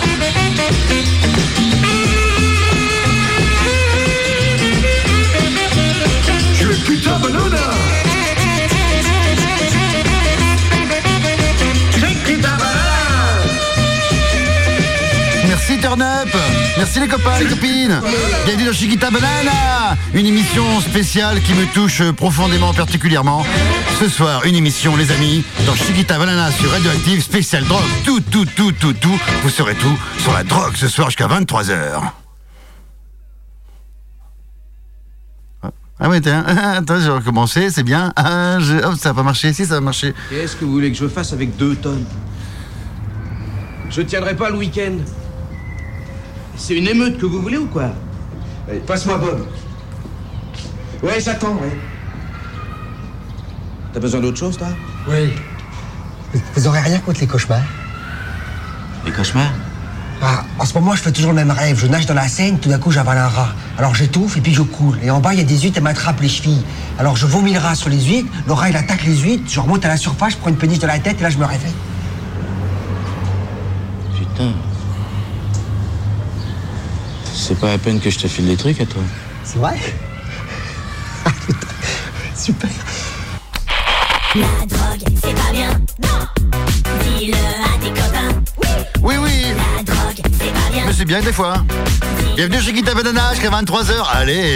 Chiquita Banana. Chiquita Banana. Merci Turn Up. Merci les copains, les copines. Bienvenue dans Chiquita Banana, une émission spéciale qui me touche profondément, particulièrement. Ce soir, une émission, les amis, dans Chiquita Banana sur Radioactive, spécial drogue. Tout. Vous saurez tout sur la drogue ce soir jusqu'à 23h. Ah ouais, tiens, attends, j'ai recommencé, c'est bien. Hop, ça va pas marcher, si ça va marcher. Qu'est-ce que vous voulez que je fasse avec 2 tonnes? Je tiendrai pas le week-end. C'est une émeute que vous voulez ou quoi? Allez, passe-moi Bob. Ouais, j'attends, ouais. T'as besoin d'autre chose, toi? Oui. Vous aurez rien contre les cauchemars? Les cauchemars? Ah, en ce moment, je fais toujours le même rêve. Je nage dans la Seine, tout d'un coup, j'avale un rat. Alors j'étouffe et puis je coule. Et en bas, il y a des huîtres, elles m'attrapent les chevilles. Alors je vomis le rat sur les huîtres, le rat, il attaque les huîtres, je remonte à la surface, je prends une péniche de la tête et là, je me réveille. Putain. C'est pas la peine que je te file des trucs à toi. C'est vrai? Super. La drogue, c'est pas bien, non. Dis-le à tes copains. Oui. La drogue, c'est pas bien. Mais c'est bien des fois. Bienvenue chez Chiquita Banana jusqu'à 23h. Allez.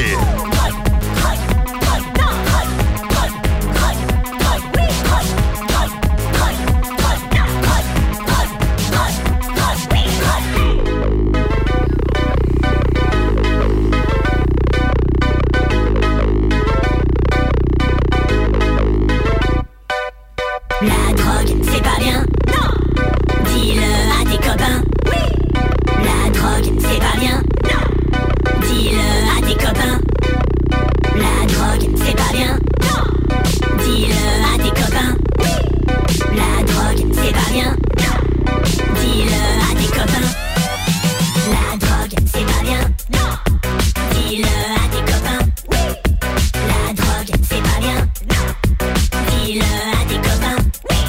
La drogue, c'est pas bien, non. Dis-le à tes copains. La drogue, c'est pas bien, non. Dis-le à tes copains. La drogue, c'est pas bien, non. Dis-le à tes copains. La drogue, c'est pas bien, non. Dis-le à tes copains. La drogue, c'est pas bien, non. Dis-le à tes copains. La drogue, c'est pas bien, non. Dis-le à tes copains.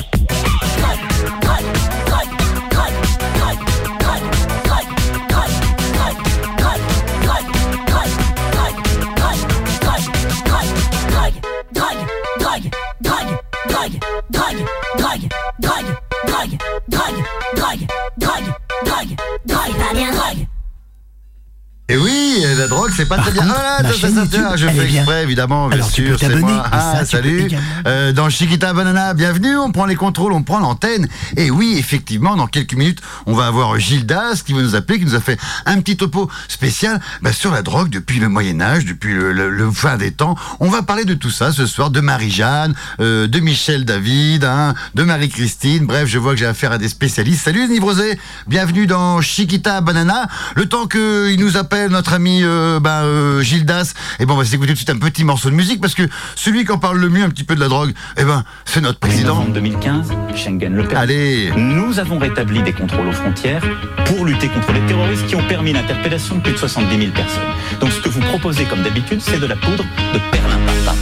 Et oui, la drogue, c'est pas très bien. Ah là, ça, je fais exprès, évidemment, bien Alors, tu sûr, peux c'est moi. t'abonner, ça, tu peux Salut. également. Dans Chiquita Banana, bienvenue, on prend les contrôles, on prend l'antenne. Et oui, effectivement, dans quelques minutes, on va avoir Gildas qui va nous appeler, qui nous a fait un petit topo spécial sur la drogue depuis le Moyen-Âge, depuis le fin des temps. On va parler de tout ça ce soir, de Marie-Jeanne, de Michel David, de Marie-Christine. Bref, je vois que j'ai affaire à des spécialistes. Salut, Nivrosé, bienvenue dans Chiquita Banana. Le temps qu'il nous appelle notre ami Gildas, on va s'écouter tout de suite un petit morceau de musique parce que celui qui en parle le mieux un petit peu de la drogue, c'est notre président. En 2015, Schengen le permet. Allez. Nous avons rétabli des contrôles aux frontières pour lutter contre les terroristes qui ont permis l'interpellation de plus de 70 000 personnes. Donc ce que vous proposez comme d'habitude, c'est de la poudre de perlimpinpin.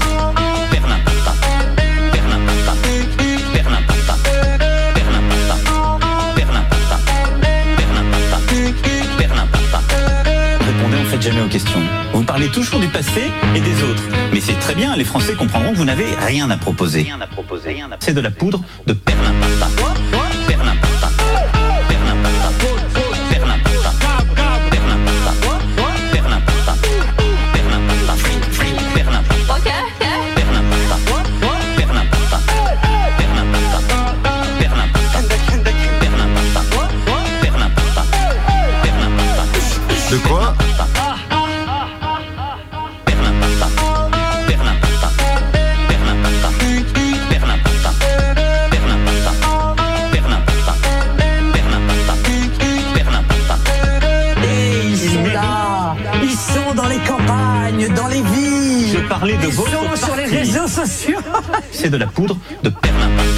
Jamais aux questions. Vous parlez toujours du passé et des autres. Mais c'est très bien, les Français comprendront que vous n'avez rien à proposer. C'est de la poudre de perlimpinpin. De quoi? Dans les villes. Je parlais de votre parti. Sur les réseaux sociaux. C'est de la poudre de perlimpinpin.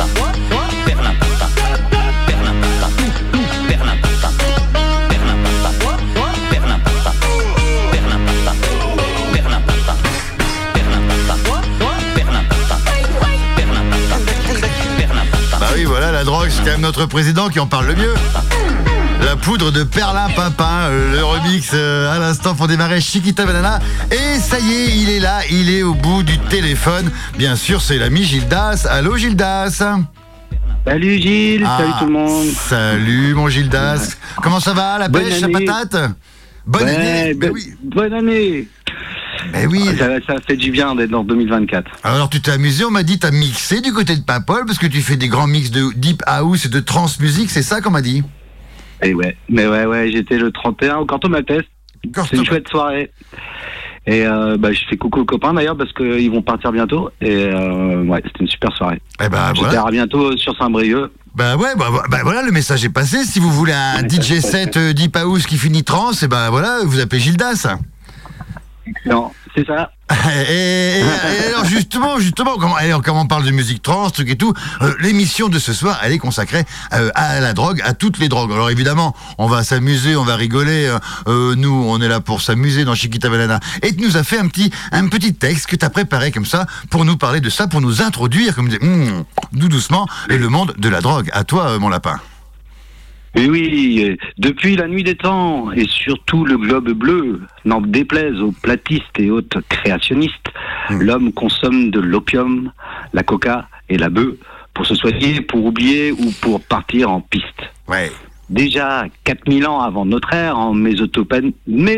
Bah oui, voilà, la drogue, c'est quand même notre président qui en parle le mieux. La poudre de Perlimpinpin, le remix à l'instant pour démarrer Chiquita Banana. Et ça y est, il est là, il est au bout du téléphone. Bien sûr, c'est l'ami Gildas. Allô Gildas. Salut Gilles, salut tout le monde. Salut mon Gildas. Comment ça va, la pêche, la patate? Bonne année. Oui. Bonne année. Ben oui. Ça fait du bien d'être dans 2024. Alors tu t'es amusé, on m'a dit t'as mixé du côté de Paimpol parce que tu fais des grands mix de deep house et de trance music, c'est ça qu'on m'a dit? Et ouais, j'étais le 31 au Canton Maltese. C'est une chouette soirée. Et je fais coucou aux copains d'ailleurs parce qu'ils vont partir bientôt. Et c'était une super soirée. Et ben voilà. J'espère à bientôt sur Saint-Brieuc. Voilà, le message est passé. Si vous voulez un DJ set Deep House qui finit trance, et voilà, vous appelez Gildas. Excellent, c'est ça. Et alors justement, comme on parle de musique trance, truc et tout, l'émission de ce soir, elle est consacrée à la drogue, à toutes les drogues. Alors évidemment, on va s'amuser, on va rigoler. Nous, on est là pour s'amuser dans Chiquita Banana. Et tu nous as fait un petit texte que tu as préparé comme ça pour nous parler de ça, pour nous introduire, comme tout doucement, et le monde de la drogue. À toi, mon lapin. Et oui, depuis la nuit des temps, et surtout le globe bleu, n'en déplaise aux platistes et autres créationnistes, l'homme consomme de l'opium, la coca et la bœuf pour se soigner, pour oublier ou pour partir en piste. Ouais. Déjà 4000 ans avant notre ère, en Mésopotamie,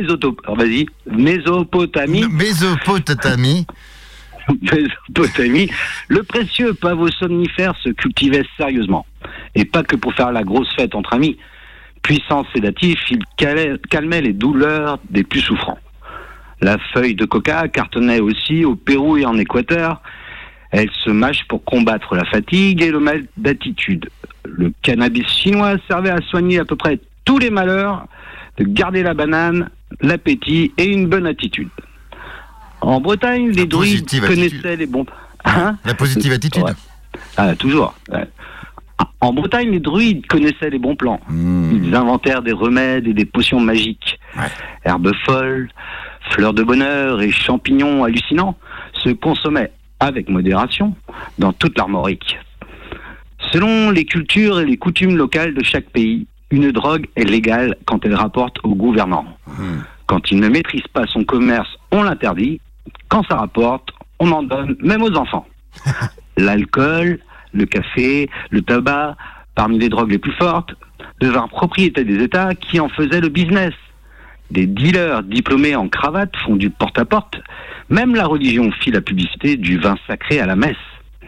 le précieux pavot somnifère se cultivait sérieusement. Et pas que pour faire la grosse fête entre amis. Puissant sédatif, il calmait les douleurs des plus souffrants. La feuille de coca cartonnait aussi au Pérou et en Équateur. Elle se mâche pour combattre la fatigue et le mal d'attitude. Le cannabis chinois servait à soigner à peu près tous les malheurs, de garder la banane, l'appétit et une bonne attitude. En Bretagne, les druides connaissaient les bons... La positive attitude. Ouais. Ah, toujours. Ouais. En Bretagne, les druides connaissaient les bons plans. Ils inventèrent des remèdes et des potions magiques. Ouais. Herbes folles, fleurs de bonheur et champignons hallucinants se consommaient avec modération dans toute l'armorique. Selon les cultures et les coutumes locales de chaque pays, une drogue est légale quand elle rapporte au gouvernant. Quand il ne maîtrise pas son commerce, on l'interdit. Quand ça rapporte, on en donne même aux enfants. L'alcool, le café, le tabac, parmi les drogues les plus fortes, devinrent propriété des États qui en faisaient le business. Des dealers diplômés en cravate font du porte-à-porte. Même la religion fit la publicité du vin sacré à la messe.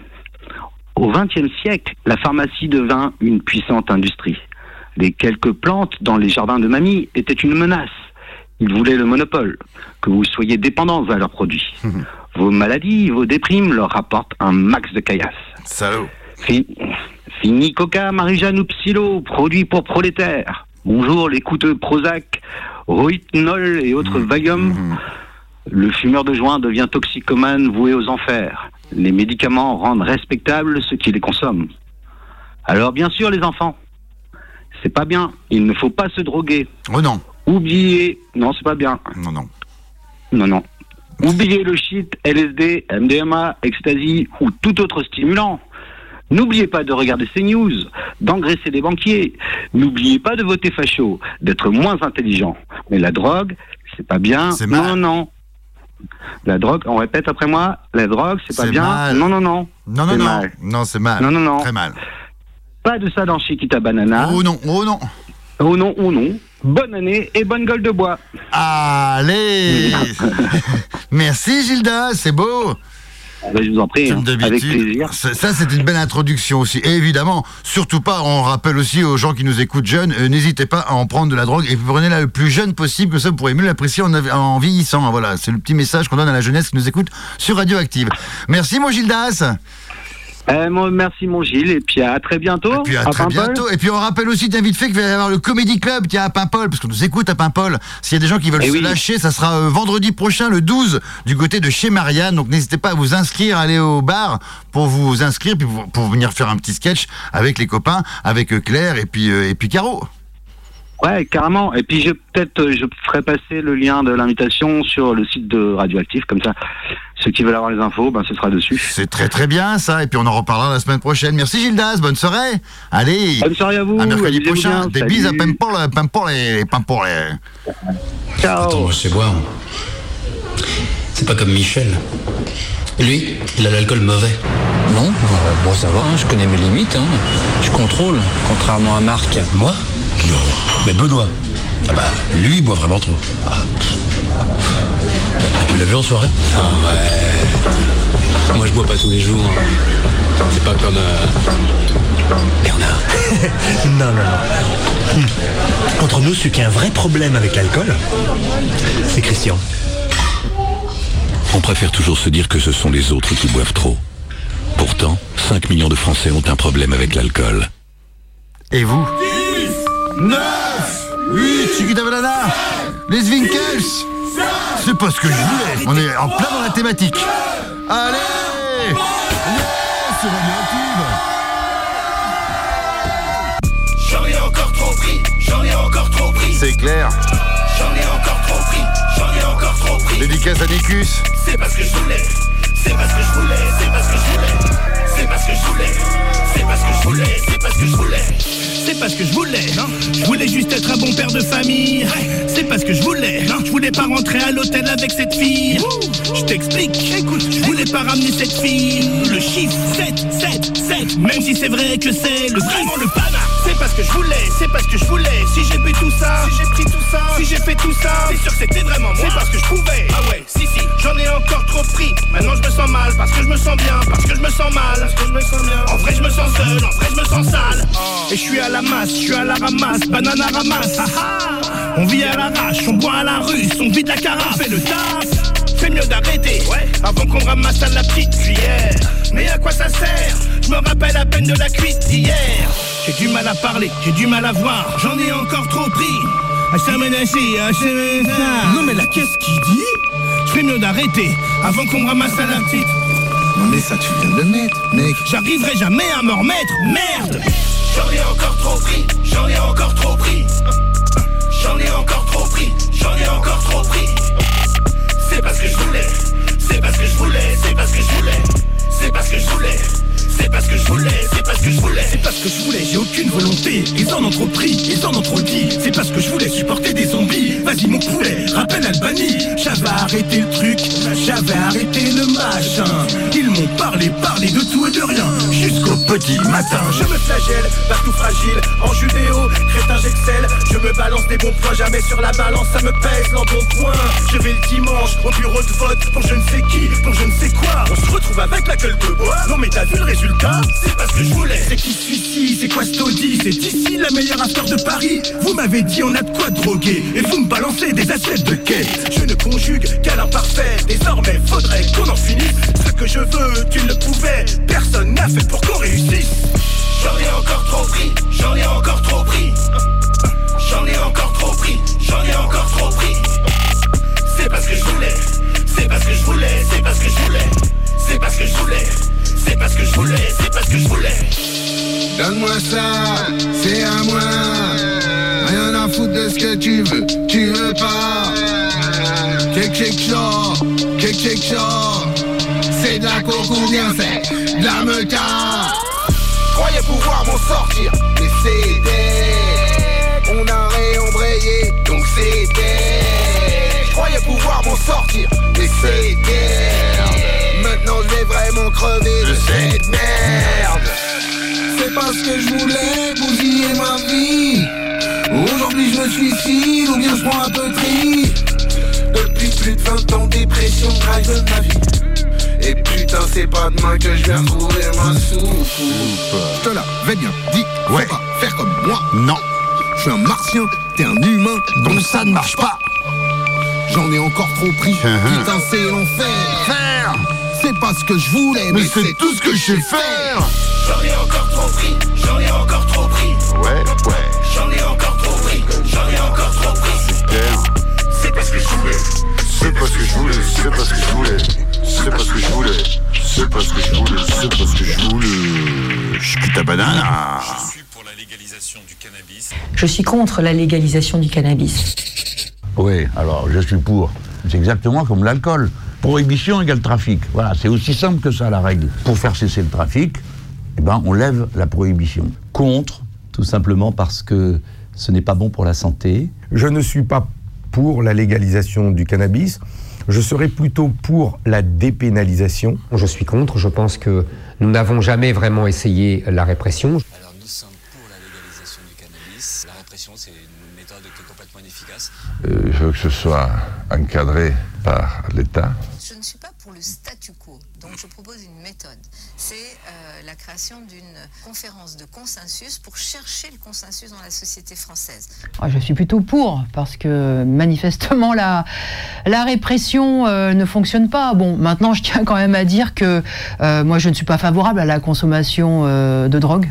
Au XXe siècle, la pharmacie devint une puissante industrie. Les quelques plantes dans les jardins de mamie étaient une menace. Ils voulaient le monopole, que vous soyez dépendants à leurs produits. Vos maladies, vos déprimes leur rapportent un max de caillasse. Salaud. Fini Coca, Marie-Jeanne ou Psylo, produits pour prolétaires. Bonjour les coûteux Prozac, Rohypnol et autres Valium. Le fumeur de joint devient toxicomane voué aux enfers. Les médicaments rendent respectables ceux qui les consomment. Alors bien sûr les enfants, c'est pas bien, il ne faut pas se droguer. Oh non. Oubliez, non c'est pas bien. Non. Oubliez le shit, LSD, MDMA, ecstasy ou tout autre stimulant. N'oubliez pas de regarder CNews, d'engraisser des banquiers. N'oubliez pas de voter facho, d'être moins intelligent. Mais la drogue, c'est pas bien. C'est mal. Non. La drogue, on répète après moi, la drogue, c'est pas bien. Mal. Non. Non, c'est mal. Non. Très mal. Pas de ça dans Chiquita Banana. Oh non. Oh non. Bonne année et bonne gueule de bois. Allez. Merci Gildas, c'est beau. Je vous en prie, avec plaisir. Ça, c'est une belle introduction aussi. Et évidemment, surtout pas, on rappelle aussi aux gens qui nous écoutent jeunes, n'hésitez pas à en prendre de la drogue et prenez-la le plus jeune possible, que ça vous pourrez mieux l'apprécier en vieillissant. Voilà, c'est le petit message qu'on donne à la jeunesse qui nous écoute sur Radioactive. Merci mon Gildas. Merci mon Gilles, et puis à très bientôt. Et puis à très bientôt. Et puis on rappelle aussi, bien vite fait, qu'il va y avoir le Comedy Club qui est à Paimpol, parce qu'on nous écoute à Paimpol. S'il y a des gens qui veulent se lâcher, ça sera vendredi prochain, le 12, du côté de chez Marianne. Donc n'hésitez pas à vous inscrire, aller au bar pour vous inscrire, puis pour venir faire un petit sketch avec les copains, avec Claire et puis Caro. Ouais, carrément. Et puis je ferai passer le lien de l'invitation sur le site de Radioactive, comme ça, Ceux qui veulent avoir les infos, ce sera dessus. C'est très très bien ça, et puis on en reparlera la semaine prochaine. Merci Gildas, bonne soirée. Allez, bonne soirée à vous. À mercredi prochain. Bien. Des bises à Paimpol et Ciao. Attends, moi je sais boire. C'est pas comme Michel. Lui, il a l'alcool mauvais. Non, bon ça va, je connais mes limites, je contrôle, contrairement à Marc. Moi? Non, mais Benoît. Ah bah, lui, il boit vraiment trop. Tu l'as vu en soirée? Ah ouais. Moi je bois pas tous les jours. C'est pas comme Bernard. Non. Entre nous, celui qui a un vrai problème avec l'alcool, c'est Christian. On préfère toujours se dire que ce sont les autres qui boivent trop. Pourtant, 5 millions de Français ont un problème avec l'alcool. Et vous? 10, 9, 8, Chiquita Banana, les Zwinkels. C'est pas ce que je voulais. On est en plein dans la thématique. Allez, c'est radioactive. J'en ai encore trop pris, j'en ai encore trop pris. C'est clair. J'en ai encore trop pris, j'en ai encore trop pris. Dédicace à Nicus. C'est parce que je voulais, c'est parce que je voulais, c'est parce que je voulais, c'est parce que je voulais, c'est parce que je voulais, c'est parce que je voulais. C'est parce que je voulais, non? Je voulais juste être un bon père de famille. C'est parce que je voulais, non? Je voulais pas rentrer à l'hôtel avec cette fille. Je t'explique, écoute, je voulais pas ramener cette fille. Le chiffre 7, même si c'est vrai que c'est vraiment le pana. C'est parce que je voulais, c'est parce que je voulais. Si j'ai fait tout ça, si j'ai pris tout ça, si j'ai fait tout ça, c'est sûr que c'était vraiment moi. C'est parce que je pouvais. Ah ouais, si, j'en ai encore trop pris. Maintenant je me sens mal, parce que je me sens bien, parce que je me sens mal, parce que je me sens bien. En vrai je me sens seul, en vrai je me sens sale. Et je suis à la masse, je suis à la ramasse, banane à ramasse. On vit à l'arrache, on boit à la russe, on vide la carafe. On fait le taf, c'est mieux d'arrêter, avant qu'on ramasse à la petite cuillère. Mais à quoi ça sert? Je me rappelle à peine de la cuite d'hier. J'ai du mal à parler, j'ai du mal à voir, j'en ai encore trop pris. Non mais là qu'est-ce qu'il dit? Je fais mieux d'arrêter avant qu'on me ramasse à la petite. Non mais ça tu viens de le mettre, mec. J'arriverai jamais à m'en remettre, merde. J'en ai encore trop pris, j'en ai encore trop pris. J'en ai encore trop pris, j'en ai encore trop pris. C'est parce que je voulais, c'est parce que je voulais, c'est parce que je voulais, c'est parce que je voulais. C'est parce que je voulais, c'est parce que je voulais. C'est parce que je voulais, j'ai aucune volonté. Ils en ont trop pris, ils en ont trop dit. C'est parce que je voulais supporter des zombies. Vas-y mon poulet, rappelle Albanie. J'avais arrêté le truc, j'avais arrêté le machin. Ils m'ont parlé de tout et de rien, jusqu'au petit matin. Je me flagelle, partout fragile, en judéo, crétin j'excelle. Je me balance des bons points, jamais sur la balance, ça me pèse l'embonpoint. Je vais le dimanche au bureau de vote pour je ne sais qui, pour je ne sais quoi. On se retrouve avec la gueule de bois. Non mais t'as vu le résultat? C'est parce que je voulais. C'est qui celui-ci? C'est quoi ce taudis? C'est ici la meilleure affaire de Paris. Vous m'avez dit on a de quoi droguer et vous me balancez des assiettes de quête. Je ne conjugue qu'à l'imparfait. Désormais faudrait qu'on en finisse. Ce que je veux, tu ne le pouvais. Personne n'a fait pour qu'on réussisse. J'en ai encore trop pris, j'en ai encore trop pris. J'en ai encore trop pris, j'en ai encore trop pris. C'est parce que je voulais, c'est parce que je voulais, c'est parce que je voulais, c'est parce que je voulais. C'est parce que je voulais, c'est parce que je voulais. Donne-moi ça, c'est à moi. Rien à foutre de ce que tu veux pas. Quelque chose. C'est de la coke ou bien c'est de la meuca. Croyais pouvoir m'en sortir, mais c'était. On a réembrayé, donc c'était. Croyais pouvoir m'en sortir, mais c'était. Maintenant je vais vraiment crever de cette merde. C'est parce que je voulais bousiller ma vie. Aujourd'hui je me suicide ou bien je prends un peu de tri. Depuis plus de 20 ans dépression drive de ma vie. Et putain c'est pas demain que je vais retrouver ma soupe. Je te l'avais bien dit, faut pas faire comme moi. Non. Je suis un martien, t'es un humain, donc ça ne marche pas. J'en ai encore trop pris, putain c'est l'enfer. C'est pas ce que je voulais, mais c'est tout ce que je sais faire. J'en ai encore trop pris, j'en ai encore trop pris. Ouais. J'en ai encore trop pris, j'en ai encore trop pris. C'est clair. C'est parce que je voulais. C'est parce que je voulais, c'est parce que je voulais. C'est parce que je voulais. C'est parce que je voulais, c'est parce que je voulais. Chiquita Banana. Je suis pour la légalisation du cannabis. Je suis contre la légalisation du cannabis. Oui, alors je suis pour. C'est exactement comme l'alcool. Prohibition égale trafic. Voilà, c'est aussi simple que ça, la règle. Pour faire cesser le trafic, on lève la prohibition. Contre, tout simplement parce que ce n'est pas bon pour la santé. Je ne suis pas pour la légalisation du cannabis. Je serais plutôt pour la dépénalisation. Je suis contre. Je pense que nous n'avons jamais vraiment essayé la répression. Alors nous sommes pour la légalisation du cannabis. La répression, c'est une méthode qui est complètement inefficace. Je veux que ce soit encadré par l'État. Je ne suis pas pour le statu quo, donc je propose une méthode. C'est la création d'une conférence de consensus pour chercher le consensus dans la société française. Je suis plutôt pour, parce que manifestement la répression ne fonctionne pas. Bon, maintenant je tiens quand même à dire que moi je ne suis pas favorable à la consommation de drogue.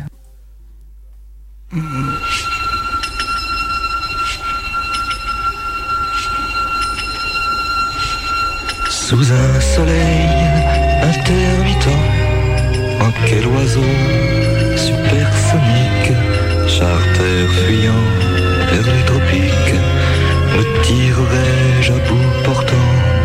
Sous un soleil intermittent, quel oiseau supersonique, charter fuyant vers les tropiques, me tirerai-je à bout portant.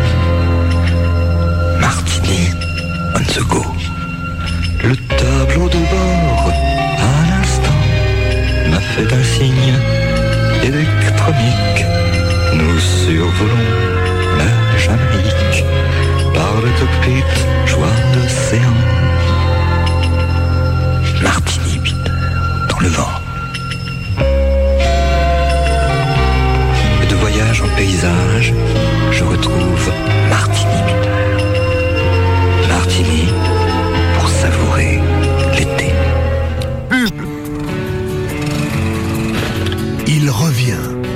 Martini, on the go. Le tableau de bord, à l'instant, m'a fait un signe électronique. Nous survolons la Jamaïque, par le cockpit, joie d'océan. Martini, 8 heures, dans le vent. Et de voyage en paysage, je retrouve Martini, 8 heures. Martini, pour savourer l'été. Il revient.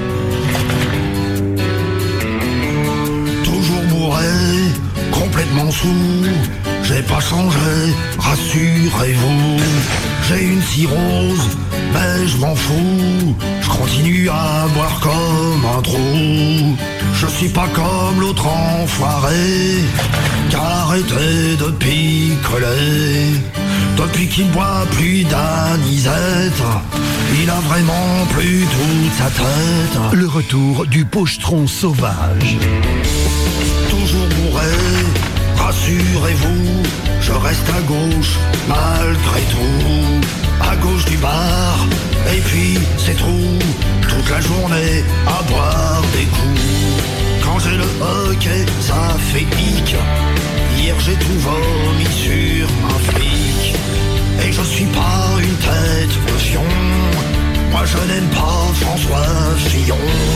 Toujours bourré, complètement sous. J'ai pas changé, rassurez-vous. J'ai une cirrhose, mais je m'en fous. Je continue à boire comme un trou. Je suis pas comme l'autre enfoiré qui a arrêté de picoler. Depuis qu'il boit plus d'anisette, il a vraiment plus toute sa tête. Le retour du pochetron sauvage. Toujours bourré, rassurez-vous, je reste à gauche malgré tout. À gauche du bar, et puis c'est tout. Toute la journée à boire des coups. Quand j'ai le hockey, ça fait hic. Hier j'ai tout vomi sur un flic. Et je suis pas une tête de fion. Moi je n'aime pas François Fillon.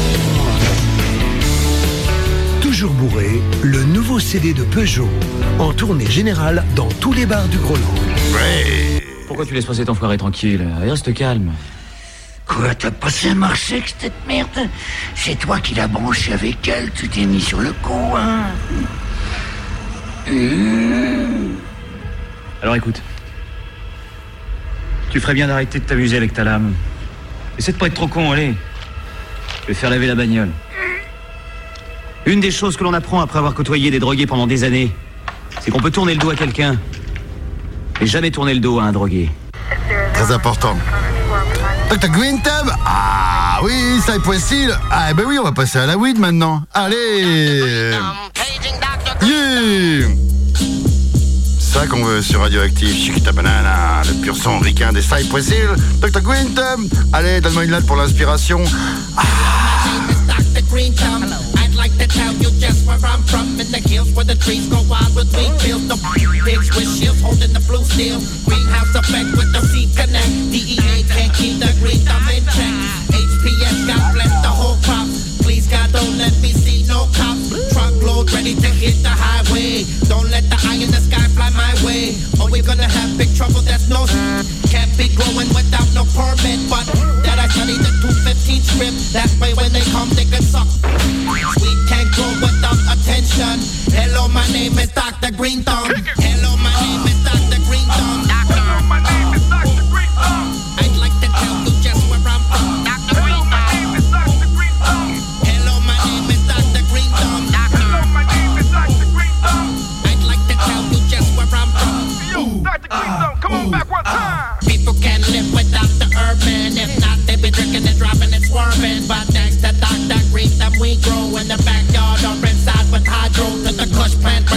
Toujours bourré, le nouveau CD de Peugeot, en tournée générale dans tous les bars du Groland. Ouais. Pourquoi tu laisses passer ton frère tranquille? Reste calme. Quoi, t'as passé un marché avec cette merde? C'est toi qui l'as branché avec elle, tu t'es mis sur le coup, hein? Alors écoute. Tu ferais bien d'arrêter de t'amuser avec ta lame. Essaie de pas être trop con, allez. Je vais faire laver la bagnole. Une des choses que l'on apprend après avoir côtoyé des drogués pendant des années, c'est qu'on peut tourner le dos à quelqu'un, mais jamais tourner le dos à un drogué. Très important. Dr. Green Tab. Ah oui, ça est possible. Ah ben oui, on va passer à la weed maintenant. Allez. Yeah. Ça qu'on veut sur Radioactive, Chiquita Banana, le pur son ricain des Cypressil. Dr. Green Tab. Allez, donne-moi une latte pour l'inspiration. Like to tell you just where I'm from, in the hills where the trees go wild with wheat fields. The pigs with shields holding the blue steel. Greenhouse effect with the sea connect. DEA can't keep the green thumb in check. HPS got blessed the whole crop. Please God don't let me see no cops. Truckload ready to hit the highway. Don't let the eye in the sky fly my way. Or we're gonna have big trouble, that's no can't be growing without no permit. But that I study the 215 script. That way when they come they can suck. We can't grow without attention. Hello, my name is Dr. Green Thumb. Hello, my name is Dr. Green Thumb. Hello, my name is Dr. Green Thumb. I'd like to tell you just where I'm from. Dr. Green Thumb. My name is Dr. Green Thumb. Hello, my name is Dr. Green Thumb. Hello, my name is Dr. Green Thumb. I'd like to tell you just where I'm from. Yo, Dr. Green Thumb, come on back one time. People can't live without the urban. If not, they be drinking and driving and swerving. But thanks to Dr. Green Thumb, we grow in the backyard or inside with hydro to the kush plant.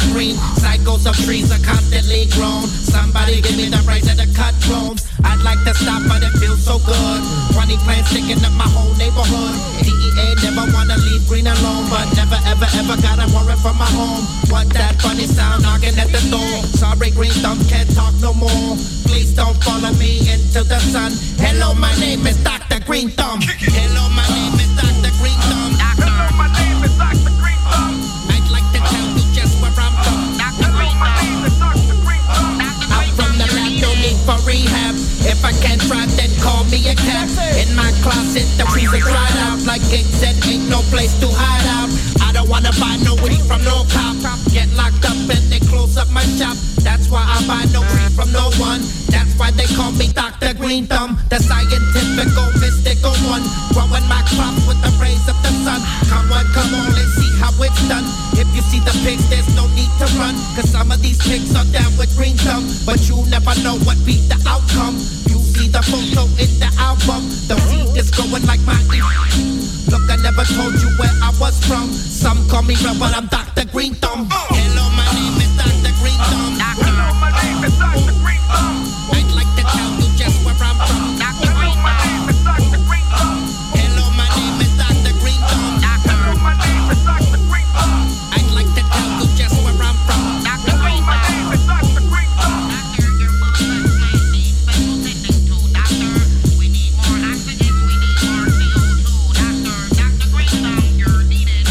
green. Cycles of trees are constantly grown. Somebody give me the right to the cut clones. I'd like to stop, but it feels so good. 20 plants sticking up my whole neighborhood. DEA never wanna leave green alone, but never ever ever gotta worry for my home. What that funny sound knocking at the door? Sorry, green thumb can't talk no more. Please don't follow me into the sun. Hello, my name is Dr. Green Thumb. Hello, my name is Dr. Green Thumb. Hello, my name is Dr. Green Thumb. I'd like to tell you just where I'm from. Dr. Green Thumb. I'm from the lab, no need for rehab. If I can't drive, then call me a cab. In my closet, the freezer dried out. Like Gig said, ain't no place to hide out. I don't wanna buy no weed from no cop. Get locked up and they close up my shop. That's why I buy no weed from no one. That's why they call me Dr. Green Thumb, the scientific, mystical one. Growing my crops with the rays of the sun. Come on, and see how it's done. If you see the pigs, there's no need to run. Cause some of these pigs are down with Green Thumb. But you never know what be the outcome. You see the photo in the album. The weed is going like my Look, I never told you where I was from. Some call me real, but I'm Dr. Green Thumb. Hello, my name is Dr. Green Thumb. Hello, my name is Dr. Green Thumb. I'd like to tell you just where I'm from. Dr. Green Thumb. Hello, my name is Dr. Green Thumb. Hello, my name is Dr. Green Thumb. I'd like to tell you just where I'm from. Dr. Green Thumb. My name is Dr. Green Thumb. Doctor, your blood may need special tending to. Doctor, we need more oxygen, we need more CO2. Dr. Green Thumb, you're needed.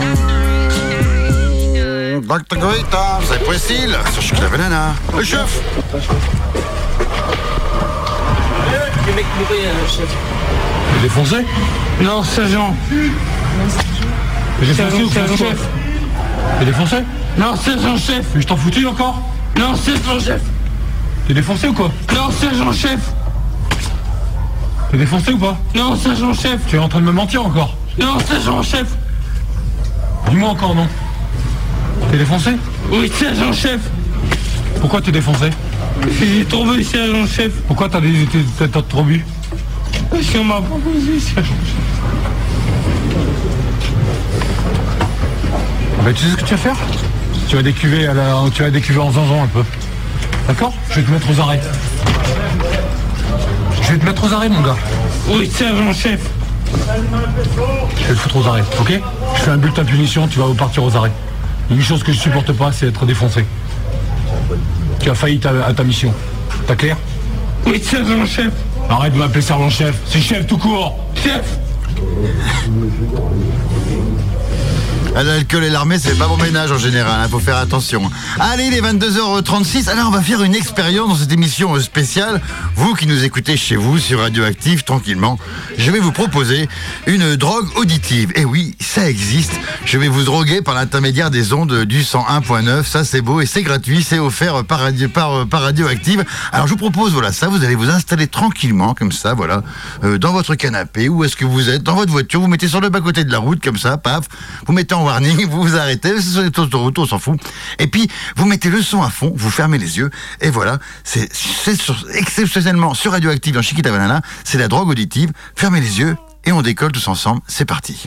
Dr. Green Thumb, c'est Priscille, sur Chiquita Banana. Le chef. Le mec mourir, chef. T'es défoncé? Non, sergent. T'es défoncé ou sergent chef? T'es défoncé? Non, sergent chef. Mais je t'en foutu encore? Non, sergent chef. T'es défoncé ou quoi? Non, sergent chef. T'es défoncé ou pas? Non, sergent chef. Tu es en train de me mentir encore? Non, sergent chef. Dis-moi encore non. T'es défoncé? Oui, sergent chef. Pourquoi t'es défoncé? J'ai tombé, sergent chef. Pourquoi t'as trop bu? Parce qu'on m'a proposé, sergent chef. Ben, tu sais ce que tu vas faire? Tu vas décuver en zanzan un peu. D'accord? Je vais te mettre aux arrêts. Je vais te mettre aux arrêts, mon gars. Oui, sergent chef. Je vais te foutre aux arrêts, ok? Je fais un bulletin de punition, tu vas partir aux arrêts. Une chose que je supporte pas, c'est être défoncé. Tu as failli à ta mission. T'as clair? Oui, sergent chef. Arrête de m'appeler sergent chef. C'est chef tout court. Chef. L'alcool et l'armée, c'est pas bon ménage en général, faut faire attention. Allez, il est 22h36, alors on va faire une expérience dans cette émission spéciale. Vous qui nous écoutez chez vous sur Radioactive, tranquillement, je vais vous proposer une drogue auditive. Et oui, ça existe. Je vais vous droguer par l'intermédiaire des ondes du 101.9. Ça, c'est beau et c'est gratuit, c'est offert par Radioactive. Alors je vous propose, voilà, ça, vous allez vous installer tranquillement, comme ça, voilà, dans votre canapé, où est-ce que vous êtes, dans votre voiture, vous mettez sur le bas-côté de la route, comme ça, paf, vous mettez en warning, vous vous arrêtez, c'est sur les autoroutes, on s'en fout. Et puis, vous mettez le son à fond, vous fermez les yeux, et voilà, c'est exceptionnellement sur Radioactive dans Chiquita Banana, c'est la drogue auditive. Fermez les yeux, et on décolle tous ensemble, c'est parti.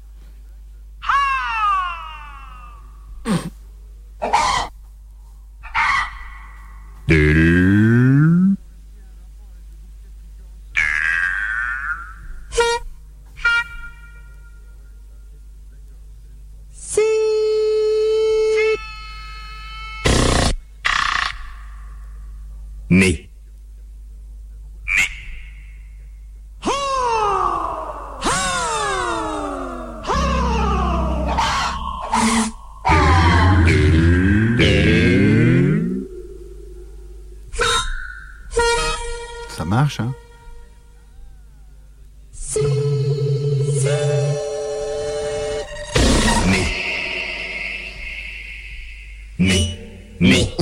Mais ça marche, hein? Mais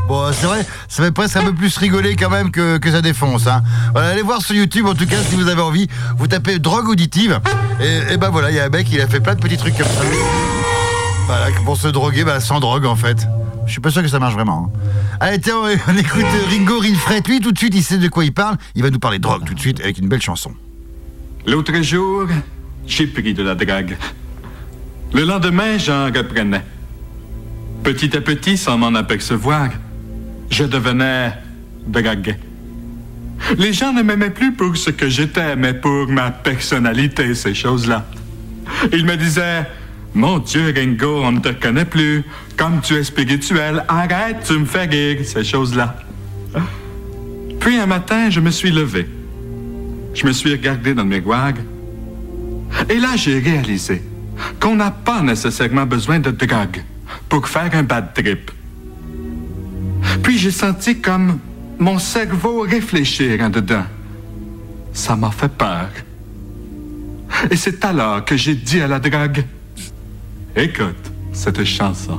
Bon, c'est vrai, ça fait presque un peu plus rigoler quand même que ça défonce. Hein. Voilà, allez voir sur YouTube, en tout cas, si vous avez envie, vous tapez drogue auditive, et ben voilà, il y a un mec, il a fait plein de petits trucs comme ça. Voilà, pour se droguer, sans drogue en fait. Je suis pas sûr que ça marche vraiment. Hein. Allez, tiens, on écoute Ringo Rinfret. Lui, tout de suite, il sait de quoi il parle. Il va nous parler de drogue tout de suite avec une belle chanson. L'autre jour, j'ai pris de la drague. Le lendemain, j'en reprenais. Petit à petit, sans m'en apercevoir, je devenais dragué. Les gens ne m'aimaient plus pour ce que j'étais, mais pour ma personnalité, ces choses-là. Ils me disaient... Mon Dieu, Ringo, on ne te connaît plus. Comme tu es spirituel, arrête, tu me fais rire, ces choses-là. Puis un matin, je me suis levé. Je me suis regardé dans le miroir. Et là, j'ai réalisé qu'on n'a pas nécessairement besoin de drogue pour faire un bad trip. Puis j'ai senti comme mon cerveau réfléchir en dedans. Ça m'a fait peur. Et c'est alors que j'ai dit à la drogue... Écoute cette chanson.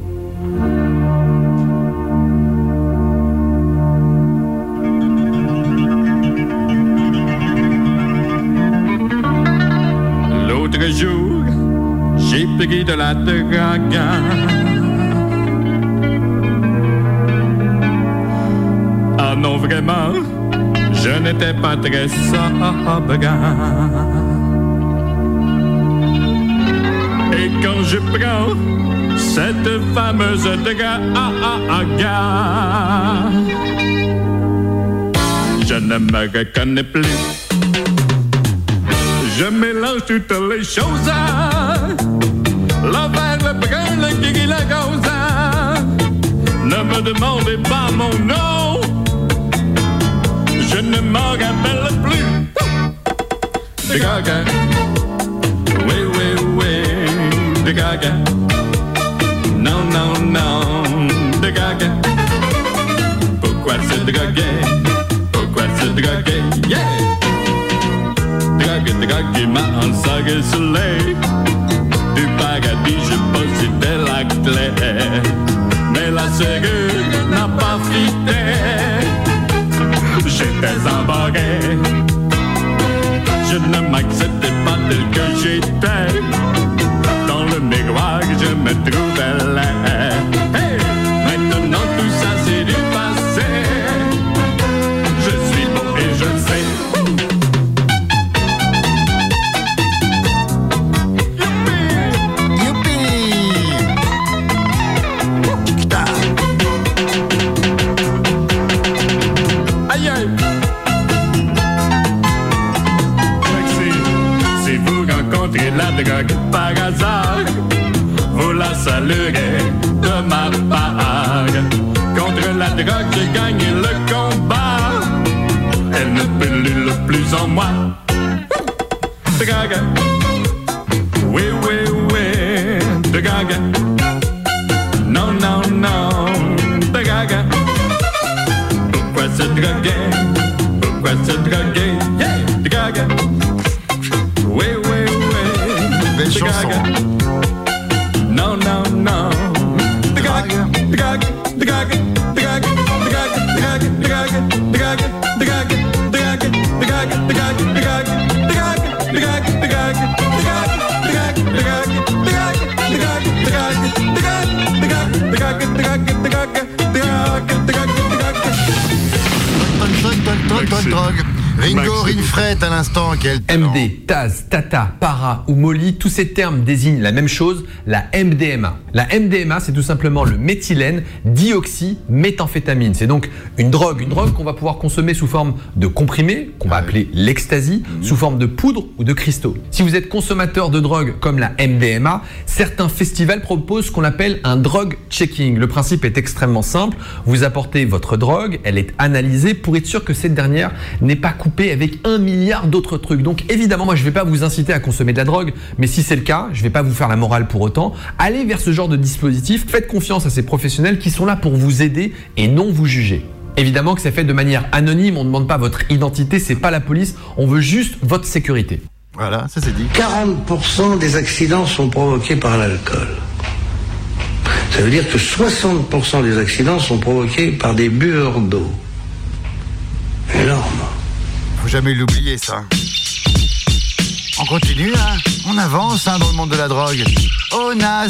L'autre jour, j'ai pris de la drogue. Ah non, vraiment, je n'étais pas très sobre. Et quand je prends cette fameuse drague, je ne me reconnais plus. Je mélange toutes les choses. Le vert, le brun, le gris, le rose. Ne me demandez pas mon nom. Je ne m'en rappelle plus. Drague. Oui, oui, oui. De gaga. Non, non, non, de gaga. Pourquoi se droguer? Pourquoi se droguer? Yeah! Drogue, drogue, m'a ensorcelé. Du paradis, je possédais la clé. Mais la serrure n'a pas fité. J'étais embarqué. Je ne m'acceptais pas tel que j'étais. Dans le miroir, je me trouvais laid. Hey, maintenant tout ça c'est du passé. Je suis beau et je le sais. Youpi! Aïe aïe! Si vous rencontrez la drogue par hasard, vous la saluerez de ma part. Contre la drogue, j'ai gagné le combat. Elle ne pullule plus en moi. Drogue. Oui, oui, oui. Drogue. Non, non, non. Drogue. Pourquoi se droguer? Pourquoi se droguer? Yeah. Drogue. Oui, oui, oui. Belle chanson. Non, non, non. Drague, drague, drague, drague, drague, drague, drague, drague, drague, drague, drague, drague, drague, drogue. Ringo Rinfret à l'instant, quel talent. MD, Taz, Tata, Para ou Molly, tous ces termes désignent la même chose, la MDMA. La MDMA, c'est tout simplement le méthylène dioxyméthamphétamine. C'est donc une drogue qu'on va pouvoir consommer sous forme de comprimé, qu'on va appeler l'ecstasy, sous forme de poudre ou de cristaux. Si vous êtes consommateur de drogue comme la MDMA, certains festivals proposent ce qu'on appelle un drug checking. Le principe est extrêmement simple. Vous apportez votre drogue, elle est analysée pour être sûr que cette dernière n'est pas coupée avec 1 milliard d'autres trucs. Donc évidemment, moi je ne vais pas vous inciter à consommer de la drogue, mais si c'est le cas, je ne vais pas vous faire la morale pour autant. Allez vers ce genre de dispositif, faites confiance à ces professionnels qui sont là pour vous aider et non vous juger. Évidemment que c'est fait de manière anonyme, on ne demande pas votre identité, c'est pas la police, on veut juste votre sécurité. Voilà, ça c'est dit. 40% des accidents sont provoqués par l'alcool. Ça veut dire que 60% des accidents sont provoqués par des bueurs d'eau. Énorme. Faut jamais l'oublier, ça. On continue, hein. On avance, hein, dans le monde de la drogue. Oh, Nas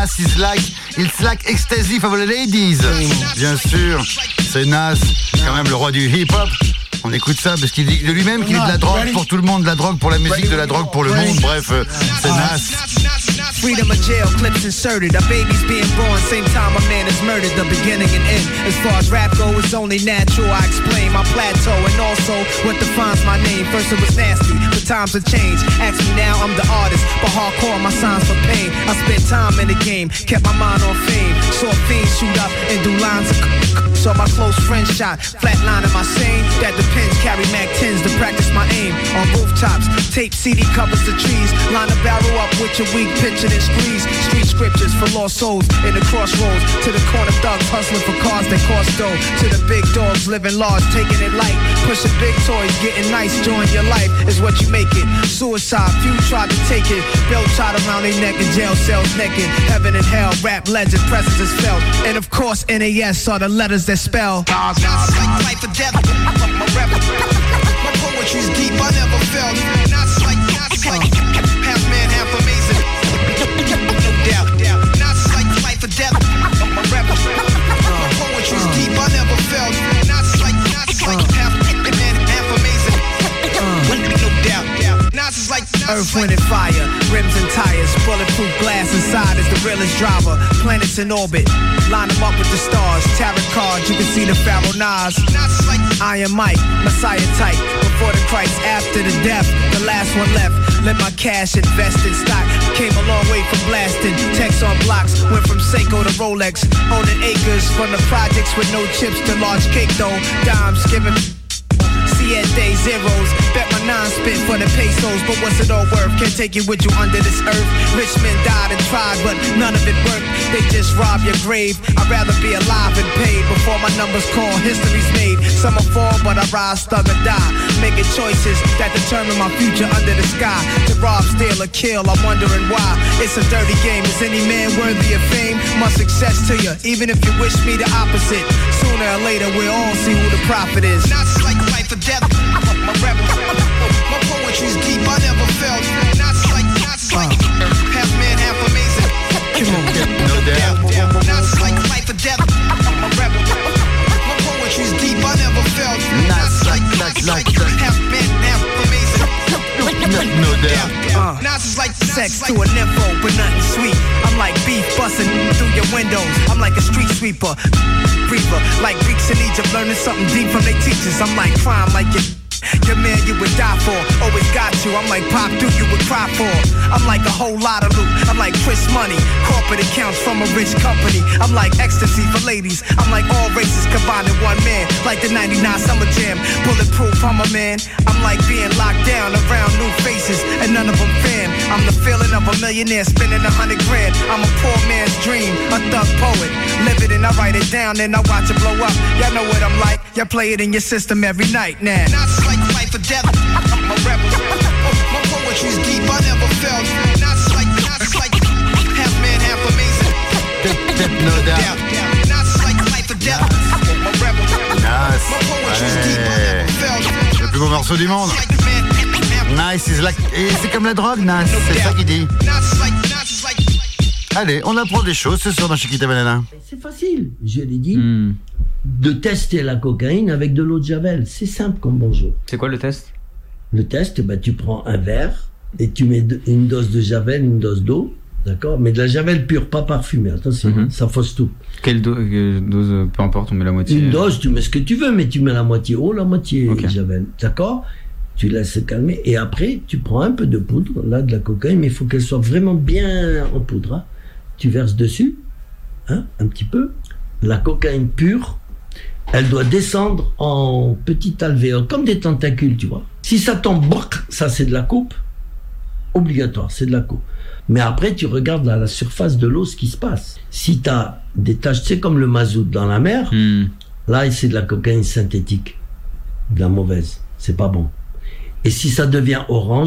it's like ecstasy for the ladies. Bien sûr, c'est Nas, quand même le roi du hip-hop. On écoute ça parce qu'il dit de lui-même qu'il est de la drogue pour tout le monde, de la drogue pour la musique, de la drogue pour le monde. Bref, c'est Nas. Freedom of jail, clips inserted. A baby's being born, same time a man is murdered. The beginning and end. As far as rap go, it's only natural. I explain my plateau and also what defines my name. First it was nasty, but times have changed. Ask me now, I'm the artist, but hardcore my signs for pain. I spent time in the game, kept my mind on fame. Saw fiends shoot up and do lines of saw my close friend shot, flatline in my sane. That depends, carry Mac 10s to practice my aim. On rooftops, tape CD covers the trees. Line a barrel up with your weak picture and squeeze. Street scriptures for lost souls in the crossroads. To the corner thugs hustling for cars that cost dough. To the big dogs living large, taking it light. Pushing big toys, getting nice, join your life is what you make it. Suicide, few tried to take it. Belt tied around their neck in jail cells naked. Heaven and hell, rap legend, presence is felt. And of course, NAS are the letters that spell. Life or death, my rap, my poetry's deep, I never felt. Not like half man, half amazing. No doubt, not like life or death, my rap, my poetry's deep, I never felt. Not like half man, half amazing. No doubt, not like earth, wind and fire, rims and tires, bulletproof glass inside is the realest driver. Planets in orbit, line them up with the stars. Tarot cards, you can see the Pharaoh Nas. Iron Mike, Messiah type. Before the Christ, after the death, the last one left. Let my cash invest in stock. Came a long way from blasting. Text on blocks, went from Seiko to Rolex. Owning acres from the projects with no chips to large cake though. Dimes giving. At day zeros, bet my nine spit for the pesos, but what's it all worth? Can't take it with you under this earth. Rich men died and tried, but none of it worked. They just rob your grave. I'd rather be alive and paid before my numbers call. History's made. Some will fall, but I rise, thug or die. Making choices that determine my future under the sky. To rob, steal, or kill, I'm wondering why. It's a dirty game. Is any man worthy of fame? My success to you, even if you wish me the opposite. Sooner or later, we'll all see who the prophet is. Not like life or death. My rap, my poetry's deep, I never felt. Not like half man, half amazing. No doubt. Not like life or death. My rap, my poetry's deep, I never felt. Not like half man, half amazing. No doubt. Nas is like sex to a nympho, but nothing sweet. I'm like beef busting through your windows. I'm like a street sweeper, reaper, like Greeks in Egypt, learning something deep from their teachers. I'm like crime, like your man you would die for, always got you. I'm like Pop Duke, you would cry for. I'm like a whole lot of loot. I'm like Chris Money, corporate accounts from a rich company. I'm like ecstasy for ladies. I'm like all races combined in one man, like the 99 Summer Jam. Bulletproof, I'm a man. I'm like being locked down around new faces, and none of them fan. I'm the feeling of a millionaire spending 100 grand. I'm a poor man's dream, a thug poet. Live it and I write it down, and I watch it blow up. Y'all know what I'm like. Y'all play it in your system every night now. Not like life or death. I'm a rebel. My poetry's deep, I never felt. Not like half man, half amazing. No doubt. Not like life or death. I'm a rebel. Nas. My poetry's deep, I never felt. Le plus beau morceau du monde. Nice is like... Et c'est comme la drogue, Nas. C'est ça qu'il dit. Allez, on apprend des choses ce soir dans Chiquita Banana. C'est facile, je l'ai dit, de tester la cocaïne avec de l'eau de Javel. C'est simple comme bonjour. C'est quoi le test? Le test, bah, tu prends un verre et tu mets une dose de Javel, une dose d'eau, d'accord? Mais de la Javel pure, pas parfumée, attention, ça fausse tout. Quelle dose, peu importe, on met la moitié. Une dose, tu mets ce que tu veux, mais tu mets la moitié eau, la moitié Javel, d'accord? Tu laisses se calmer et après, tu prends un peu de poudre, là, de la cocaïne, mais il faut qu'elle soit vraiment bien en poudre, hein. Tu verses dessus, hein, un petit peu. La cocaïne pure, elle doit descendre en petits alvéoles, comme des tentacules, tu vois. Si ça tombe, ça c'est de la coupe, obligatoire, c'est de la coupe. Mais après, tu regardes à la surface de l'eau ce qui se passe. Si tu as des taches, c'est comme le mazout dans la mer, là c'est de la cocaïne synthétique, de la mauvaise, c'est pas bon. Et si ça devient orange,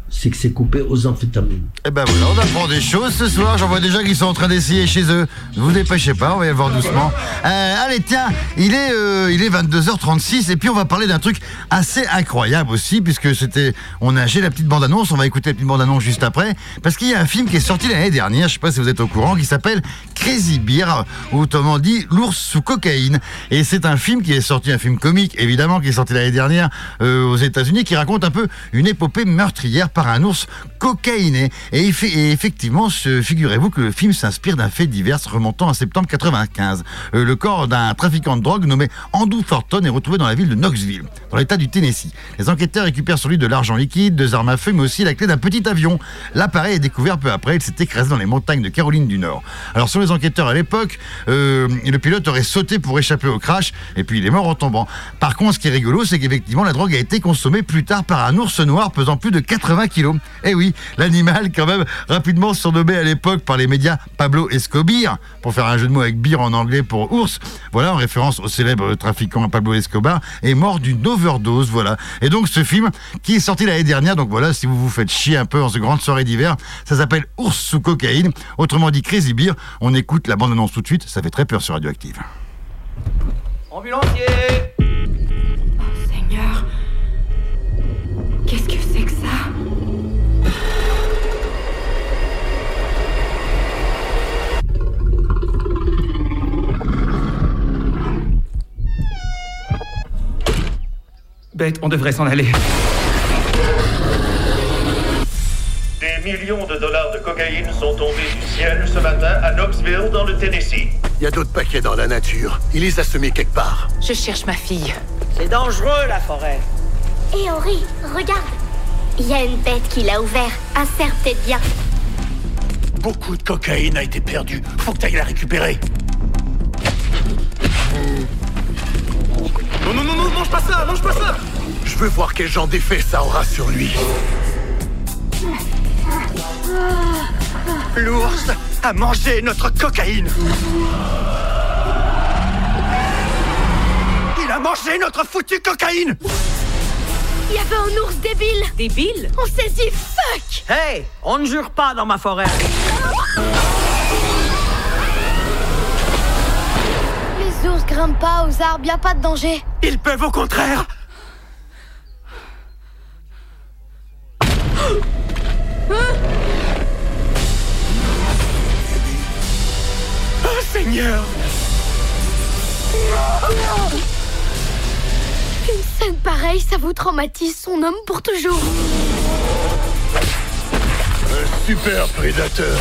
c'est que c'est coupé aux amphétamines. Et ben voilà, on apprend des choses ce soir. J'en vois déjà qu'ils sont en train d'essayer chez eux. Ne vous dépêchez pas, on va y voir doucement. Allez, tiens, il est 22h36 et puis on va parler d'un truc assez incroyable aussi, puisque j'ai la petite bande-annonce, on va écouter la petite bande-annonce juste après, parce qu'il y a un film qui est sorti l'année dernière, je sais pas si vous êtes au courant, qui s'appelle Crazy Beer, ou autrement dit l'ours sous cocaïne. Et c'est un film qui est sorti, un film comique évidemment, qui est sorti l'année dernière aux États-Unis, qui raconte un peu une épopée meurtrière par un ours cocaïné. Et effectivement, figurez-vous que le film s'inspire d'un fait divers remontant à septembre 95. Le corps d'un trafiquant de drogue nommé Andrew Thornton est retrouvé dans la ville de Knoxville, dans l'état du Tennessee. Les enquêteurs récupèrent sur lui de l'argent liquide, 2 armes à feu, mais aussi la clé d'un petit avion. L'appareil est découvert peu après, il s'est écrasé dans les montagnes de Caroline du Nord. Alors selon les enquêteurs à l'époque, le pilote aurait sauté pour échapper au crash, et puis il est mort en tombant. Par contre, ce qui est rigolo, c'est qu'effectivement la drogue a été consommée plus tard par un ours noir pesant plus de 80 kilos. Eh oui, l'animal, quand même, rapidement surnommé à l'époque par les médias Pablo Escobar, pour faire un jeu de mots avec beer en anglais pour ours, voilà, en référence au célèbre trafiquant Pablo Escobar, est mort d'une overdose, voilà. Et donc ce film, qui est sorti l'année dernière, donc voilà, si vous vous faites chier un peu en ce grande soirée d'hiver, ça s'appelle Ours sous cocaïne, autrement dit Crazy Beer. On écoute la bande-annonce tout de suite, ça fait très peur sur Radioactive. Ambulancier! Oh Seigneur, qu'est-ce que c'est que ça? Bête, on devrait s'en aller. Des millions de dollars de cocaïne sont tombés du ciel ce matin à Knoxville, dans le Tennessee. Il y a d'autres paquets dans la nature. Il les a semés quelque part. Je cherche ma fille. C'est dangereux, la forêt. Hé, Henri, regarde. Il y a une bête qui l'a ouvert. Un cerf peut-être bien. Beaucoup de cocaïne a été perdue. Faut que t'ailles la récupérer. Non, mange pas ça, mange pas ça. Je veux voir quel genre d'effet ça aura sur lui. L'ours a mangé notre cocaïne. Il a mangé notre foutue cocaïne. Il y avait un ours débile. Débile? On s'est dit fuck. Hey, on ne jure pas dans ma forêt. Les ours grimpent pas aux arbres, y a pas de danger. Ils peuvent au contraire. Oh Seigneur! Une scène pareille, ça vous traumatise son homme pour toujours. Un super prédateur.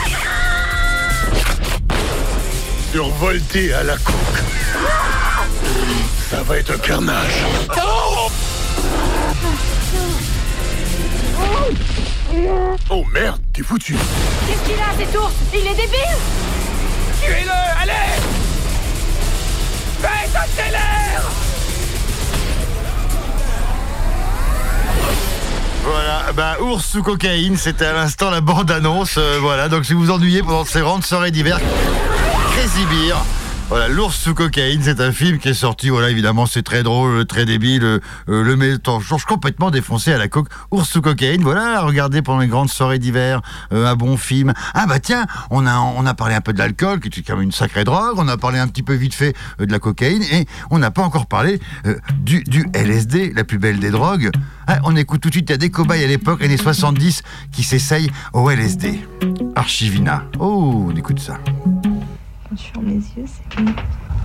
Survolté à la coque. Ça va être un carnage. Oh merde, t'es foutu. Qu'est-ce qu'il a, cet ours? Il est débile. Tuez-le, allez! Faites accélère! Voilà, ours sous cocaïne, c'était à l'instant la bande-annonce. Voilà, donc si vous vous ennuyez pendant ces grandes soirées d'hiver, Crazy Beer. Voilà, l'ours sous cocaïne, c'est un film qui est sorti, voilà, évidemment, c'est très drôle, très débile, le mettant complètement défoncé à la coke. Ours sous cocaïne, voilà, regardez pendant les grandes soirées d'hiver, un bon film. Ah bah tiens, on a parlé un peu de l'alcool, qui est quand même une sacrée drogue, on a parlé un petit peu vite fait de la cocaïne, et on n'a pas encore parlé du LSD, la plus belle des drogues. Ah, on écoute tout de suite, il y a des cobayes à l'époque, années 70, qui s'essayent au LSD. Archivina. Oh, on écoute ça. Sur mes yeux, c'est bon.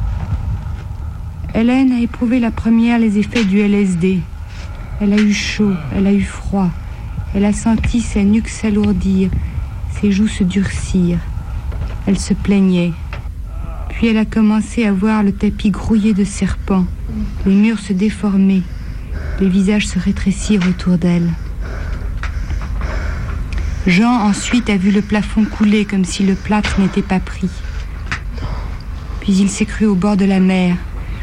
Hélène a éprouvé la première les effets du LSD. Elle a eu chaud, elle a eu froid. Elle a senti sa nuque s'alourdir, ses joues se durcir. Elle se plaignait. Puis elle a commencé à voir le tapis grouillé de serpents, les murs se déformer, les visages se rétrécir autour d'elle. Jean ensuite a vu le plafond couler comme si le plâtre n'était pas pris. Puis il s'est cru au bord de la mer.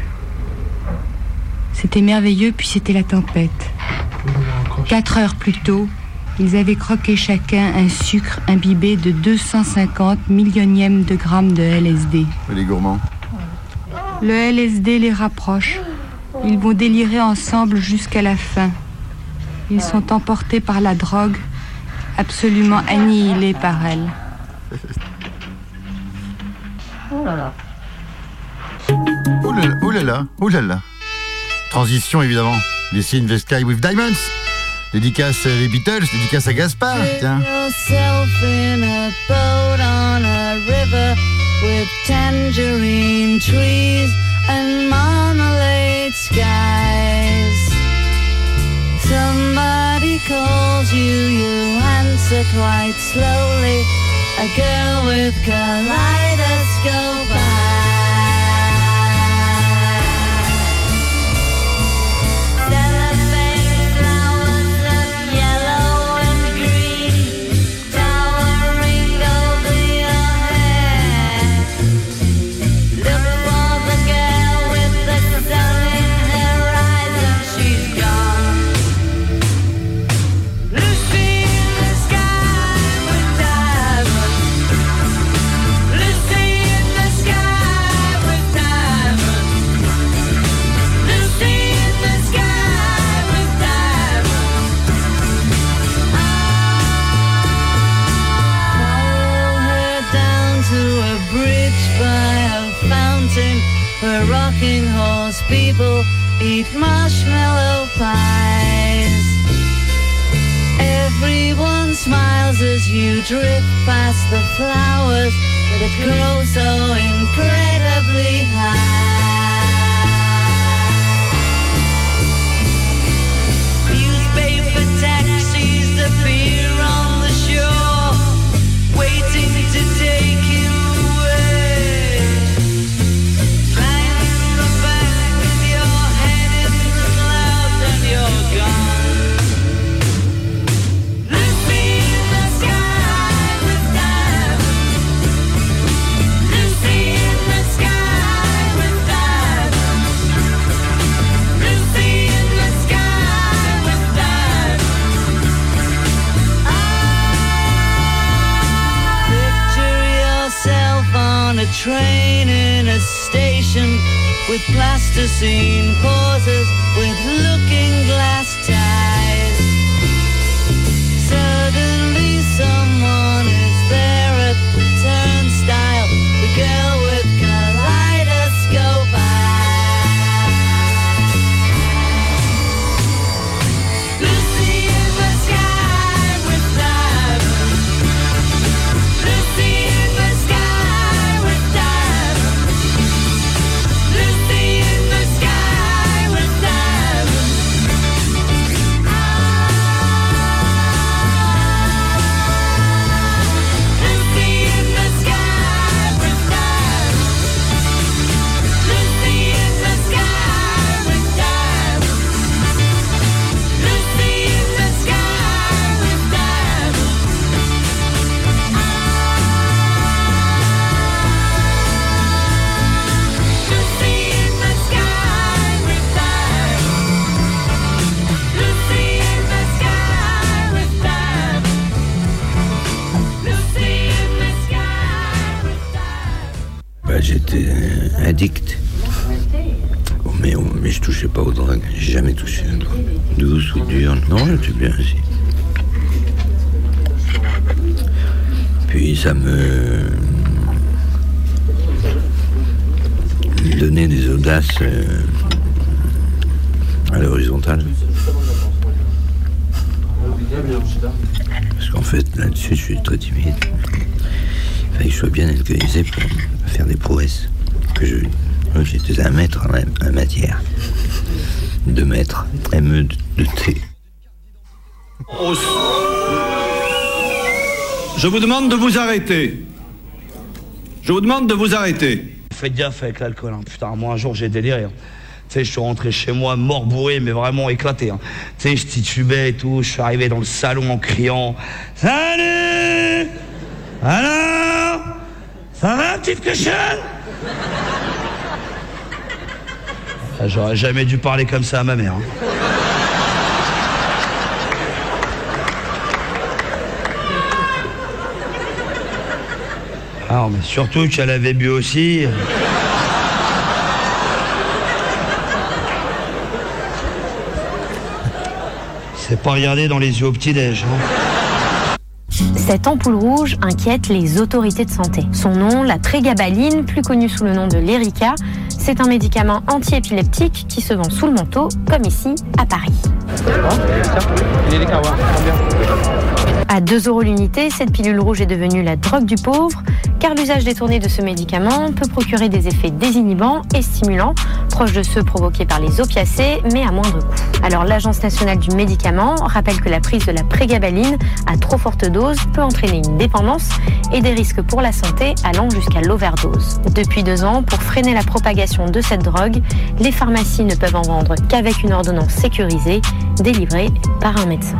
C'était merveilleux, puis c'était la tempête. 4 heures plus tôt, ils avaient croqué chacun un sucre imbibé de 250 millionièmes de grammes de LSD. Les gourmands. Le LSD les rapproche. Ils vont délirer ensemble jusqu'à la fin. Ils sont emportés par la drogue, absolument annihilés par elle. Oh là là. Oh là là, oh là là, oh là là. Transition évidemment. Laissez in the sky with diamonds. Dédicace les Beatles, dédicace à Gaspard. Tiens. Yourself in a boat on a river with tangerine trees and marmalade skies. Somebody calls you, you answer quite slowly. A girl with kaleidoscope eyes. Where rocking horse people eat marshmallow pies. Everyone smiles as you drift past the flowers that grow so incredibly high. Newspaper taxis appear on the shore, waiting to take you. A train in a station with plasticine pauses with looking glass ties. Suddenly someone is there at the turnstile, the girl with kaleidoscope eyes. Lucy in the sky with diamonds. Lucy in the sky. J'étais addict. Mais je touchais pas aux drogues. J'ai jamais touché aux drogues. Douce ou dure. Non, j'étais bien aussi. Puis ça me donnait des audaces à l'horizontale. Parce qu'en fait, là-dessus, je suis très timide. Il fallait que je sois bien alcoolisé pour faire des prouesses. J'étais un maître en la matière. 2 mètres, M-E-T. Je vous demande de vous arrêter. Je vous demande de vous arrêter. Faites gaffe avec l'alcool, hein. Putain, moi un jour j'ai déliré. Hein. Tu sais, je suis rentré chez moi mort bourré, mais vraiment éclaté. Hein. Tu sais, je titubais et tout. Je suis arrivé dans le salon en criant « Salut! Alors? Ça va, petite cochonne ?» J'aurais jamais dû parler comme ça à ma mère. Hein. Alors, mais surtout qu'elle avait bu aussi. C'est pas regarder dans les yeux au petit-déj. Cette ampoule rouge inquiète les autorités de santé. Son nom, la prégabaline, plus connue sous le nom de Lyrica, c'est un médicament anti-épileptique qui se vend sous le manteau, comme ici à Paris. À 2 € l'unité, cette pilule rouge est devenue la drogue du pauvre, car l'usage détourné de ce médicament peut procurer des effets désinhibants et stimulants, proches de ceux provoqués par les opiacés, mais à moindre coût. Alors l'Agence nationale du médicament rappelle que la prise de la prégabaline à trop forte dose peut entraîner une dépendance et des risques pour la santé allant jusqu'à l'overdose. Depuis 2 ans, pour freiner la propagation de cette drogue, les pharmacies ne peuvent en vendre qu'avec une ordonnance sécurisée délivrée par un médecin.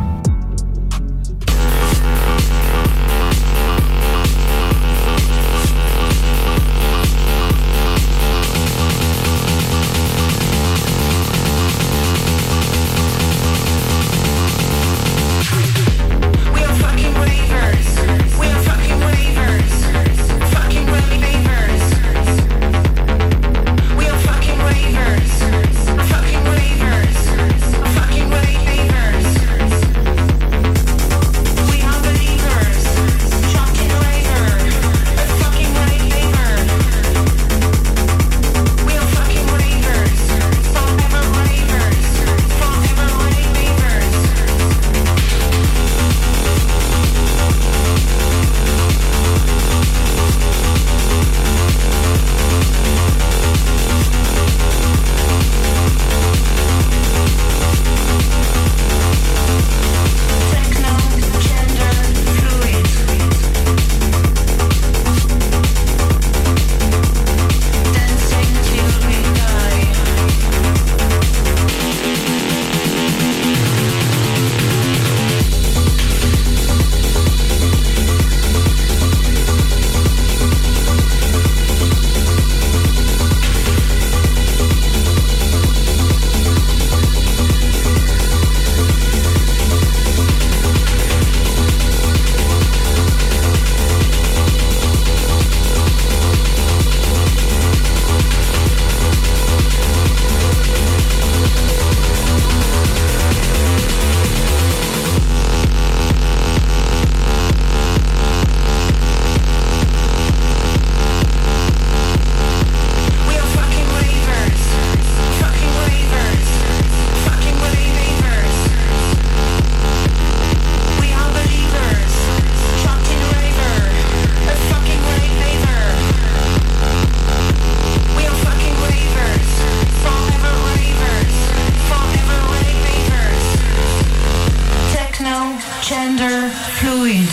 Gender fluid.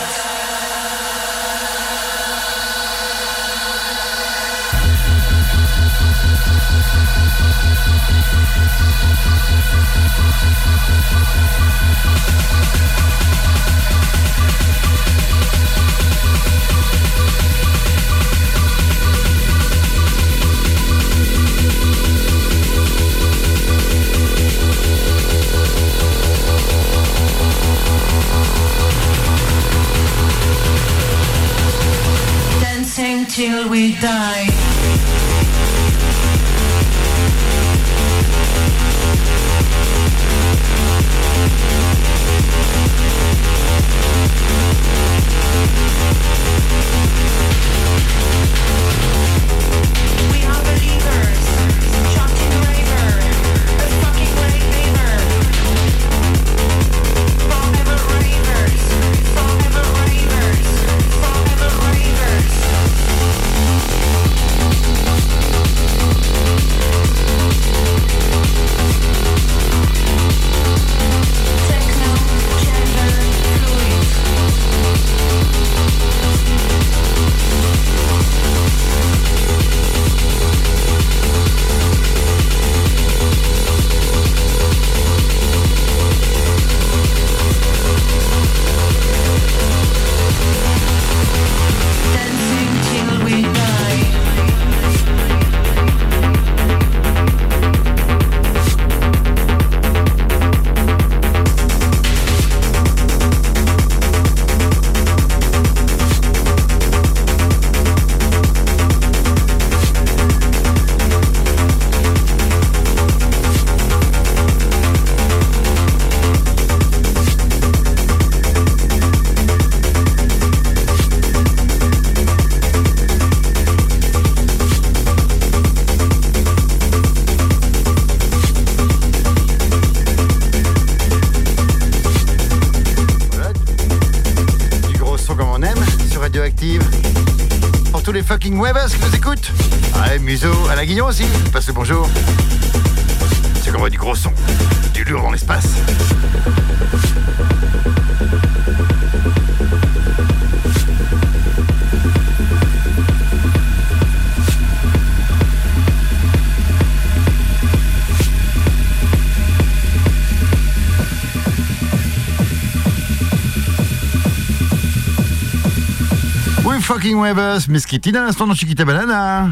Dancing till we die. fucking Webbers qui nous écoute. Ouais, Museau à la Guillon aussi, passe le bonjour. C'est qu'on voit du gros son, du lourd dans l'espace. We fucking Webbers, Miss Kitty dans l'instant dans Chiquita Banana.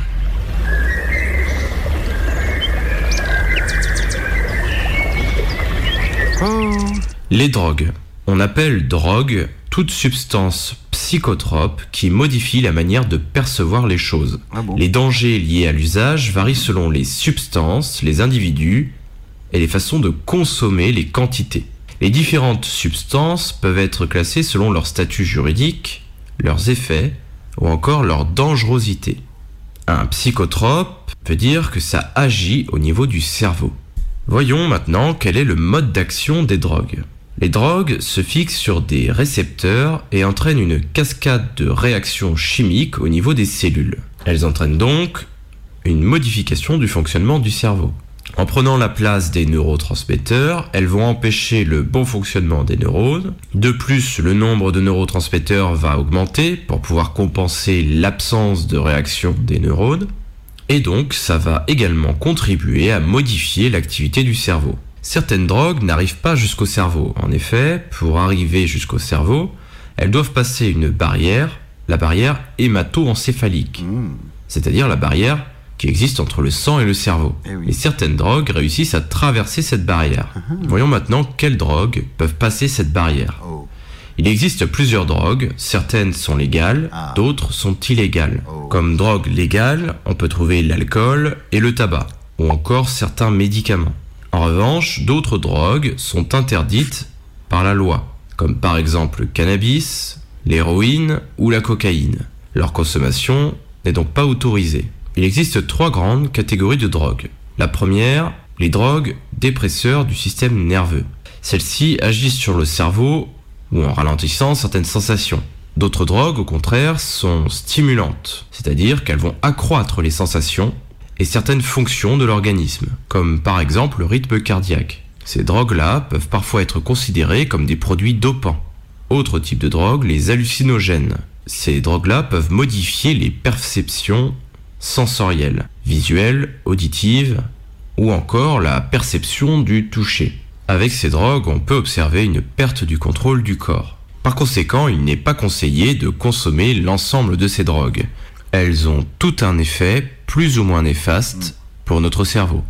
Oh. Les drogues. On appelle drogue toute substance psychotrope qui modifie la manière de percevoir les choses. Ah bon. Les dangers liés à l'usage varient selon les substances, les individus et les façons de consommer les quantités. Les différentes substances peuvent être classées selon leur statut juridique, leurs effets ou encore leur dangerosité. Un psychotrope veut dire que ça agit au niveau du cerveau. Voyons maintenant quel est le mode d'action des drogues. Les drogues se fixent sur des récepteurs et entraînent une cascade de réactions chimiques au niveau des cellules. Elles entraînent donc une modification du fonctionnement du cerveau. En prenant la place des neurotransmetteurs, elles vont empêcher le bon fonctionnement des neurones. De plus, le nombre de neurotransmetteurs va augmenter pour pouvoir compenser l'absence de réaction des neurones. Et donc, ça va également contribuer à modifier l'activité du cerveau. Certaines drogues n'arrivent pas jusqu'au cerveau. En effet, pour arriver jusqu'au cerveau, elles doivent passer une barrière, la barrière hémato-encéphalique. C'est-à-dire la barrière qui existe entre le sang et le cerveau. Et certaines drogues réussissent à traverser cette barrière. Voyons maintenant quelles drogues peuvent passer cette barrière. Il existe plusieurs drogues, certaines sont légales, d'autres sont illégales. Comme drogue légale, on peut trouver l'alcool et le tabac, ou encore certains médicaments. En revanche, d'autres drogues sont interdites par la loi, comme par exemple le cannabis, l'héroïne ou la cocaïne. Leur consommation n'est donc pas autorisée. Il existe 3 grandes catégories de drogues. La première, les drogues dépresseurs du système nerveux. Celles-ci agissent sur le cerveau ou en ralentissant certaines sensations. D'autres drogues, au contraire, sont stimulantes, c'est-à-dire qu'elles vont accroître les sensations et certaines fonctions de l'organisme, comme par exemple le rythme cardiaque. Ces drogues-là peuvent parfois être considérées comme des produits dopants. Autre type de drogue, les hallucinogènes. Ces drogues-là peuvent modifier les perceptions sensorielles, visuelles, auditives, ou encore la perception du toucher. Avec ces drogues, on peut observer une perte du contrôle du corps. Par conséquent, il n'est pas conseillé de consommer l'ensemble de ces drogues. Elles ont tout un effet plus ou moins néfaste pour notre cerveau.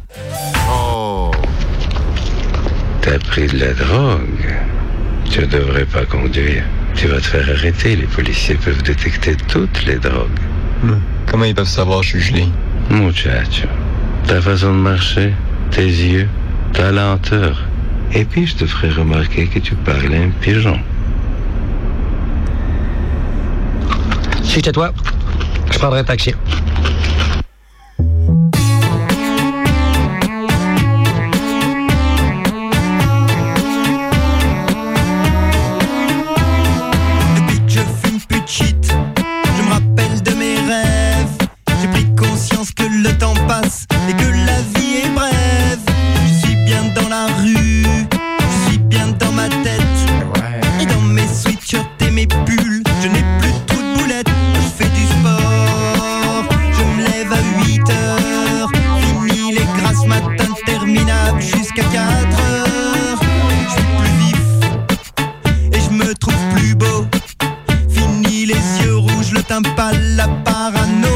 Oh. T'as pris de la drogue. Tu ne devrais pas conduire. Tu vas te faire arrêter. Les policiers peuvent détecter toutes les drogues. Comment ils peuvent savoir, je suis gelé? Muchacho, ta façon de marcher, tes yeux, ta lenteur. Et puis je te ferai remarquer que tu parles un pigeon. Si j'étais toi, je prendrais un taxi. Depuis que je fume plus de shit, je me rappelle de mes rêves. J'ai pris conscience que le temps passe et que la vie est brève. Je suis bien dans la rue, je suis bien dans ma tête. Et dans mes sweatshirts et mes pulls, je n'ai plus trop de boulettes. Je fais du sport, je me lève à 8 heures. Fini les grasses matins interminables jusqu'à 4 heures. Je suis plus vif et je me trouve plus beau. Fini les yeux rouges, le teint pâle, la parano.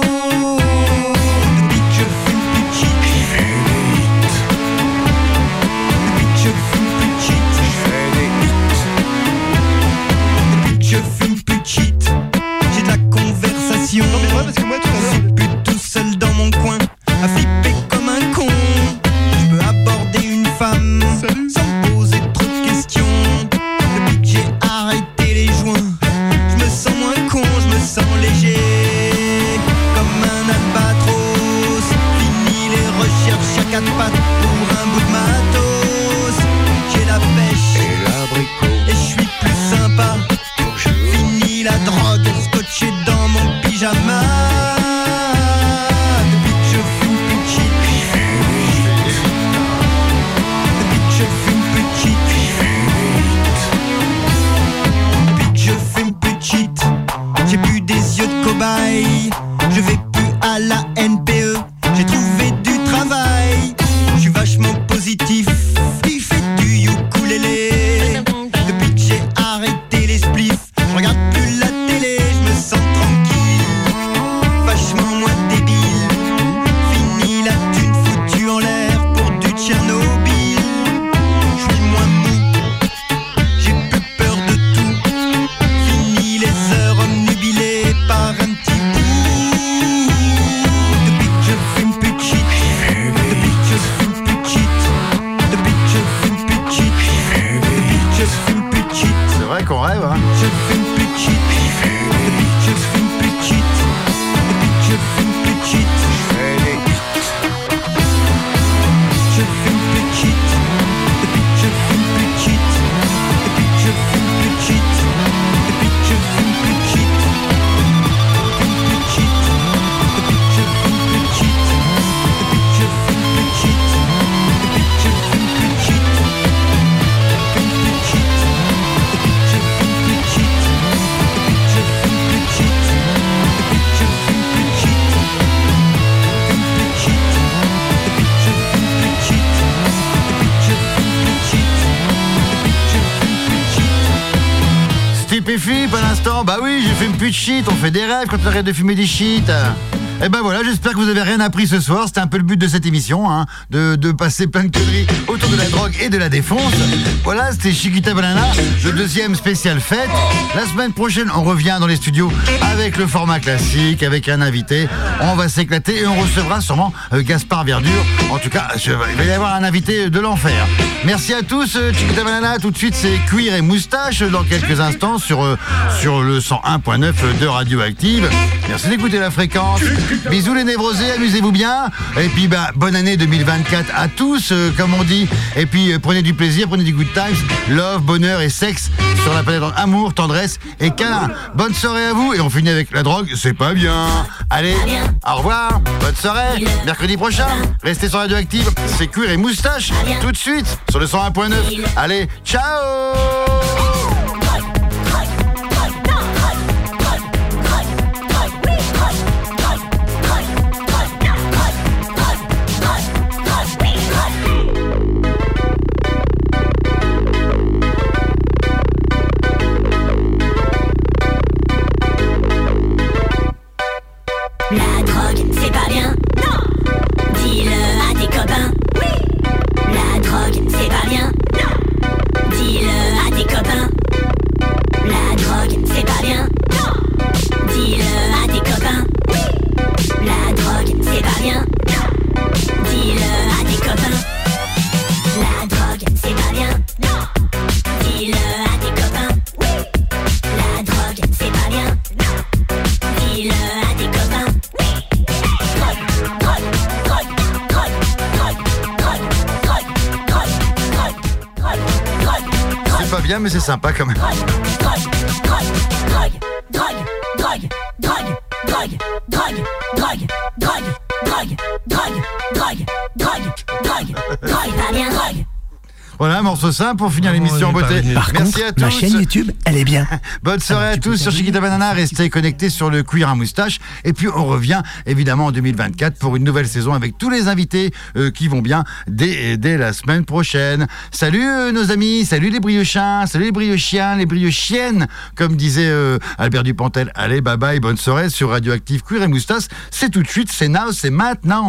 Depuis que je fume plus de shit, je fais des hits. Depuis que je fume plus de shit, je fais des hits. Depuis que je fume plus de shit, j'ai de la conversation. Non mais ouais, parce que moi tout à l'heure, je suis plus tout seul dans mon coin, à flipper comme un con. Je peux aborder une femme sans me poser trop de questions. Depuis que j'ai arrêté les joints, je me sens moins con, je me sens léger, comme un albatros. Fini les recherches à 4 pattes pour un bout de matos. J'ai la pêche et l'abricot et je suis plus sympa. Fini la drogue scotchée dans mon pyjama. et Philippe à l'instant. Bah oui, j'ai fait une pute shit, on fait des rêves quand on arrête de fumer des shit. Et ben voilà, j'espère que vous avez rien appris ce soir. C'était un peu le but de cette émission, hein, de passer plein de conneries autour de la drogue et de la défonce. Voilà, c'était Chiquita Banana, le deuxième spécial fête. La semaine prochaine, on revient dans les studios avec le format classique, avec un invité. On va s'éclater et on recevra sûrement Gaspard Verdure. En tout cas, il va y avoir un invité de l'enfer. Merci à tous, Chiquita Banana. Tout de suite, c'est Cuir et Moustache dans quelques instants sur le 101.9 de Radioactive. Merci d'écouter la fréquence. Bisous les névrosés, amusez-vous bien. Et puis bonne année 2024 à tous, comme on dit. Et puis prenez du plaisir, prenez du good times, love, bonheur et sexe sur la planète, amour, tendresse et câlin. Bonne soirée à vous et on finit avec la drogue, c'est pas bien. Allez, au revoir, bonne soirée. Mercredi prochain, restez sur Radioactive, c'est Cuir et Moustache tout de suite sur le 101.9. Allez, ciao. La drogue, c'est pas bien. Non. Dis-le à tes copains. Oui. La drogue, c'est pas bien. Non. Dis-le à tes copains. La drogue, c'est pas bien. Non. Dis-le à tes copains. Oui. La drogue, c'est pas bien. Non. Dis-le à tes copains. La drogue, c'est pas bien. Non. Dis-le à tes copains. Oui. La drogue, c'est pas bien. Non. Dis-le à tes copains. C'est pas bien, mais c'est sympa quand même. Voilà, un morceau simple pour finir l'émission en beauté. Merci à tous. Ma chaîne YouTube, elle est bien. Bonne soirée à tous sur Chiquita Banana. Restez connectés sur le Cuir à Moustache. Et puis, on revient évidemment en 2024 pour une nouvelle saison avec tous les invités qui vont bien dès la semaine prochaine. Salut nos amis, salut les briochins, salut les briochiens, les briochiennes, comme disait Albert Dupontel. Allez, bye bye, bonne soirée sur Radioactive Cuir et Moustache. C'est tout de suite, c'est now, c'est maintenant.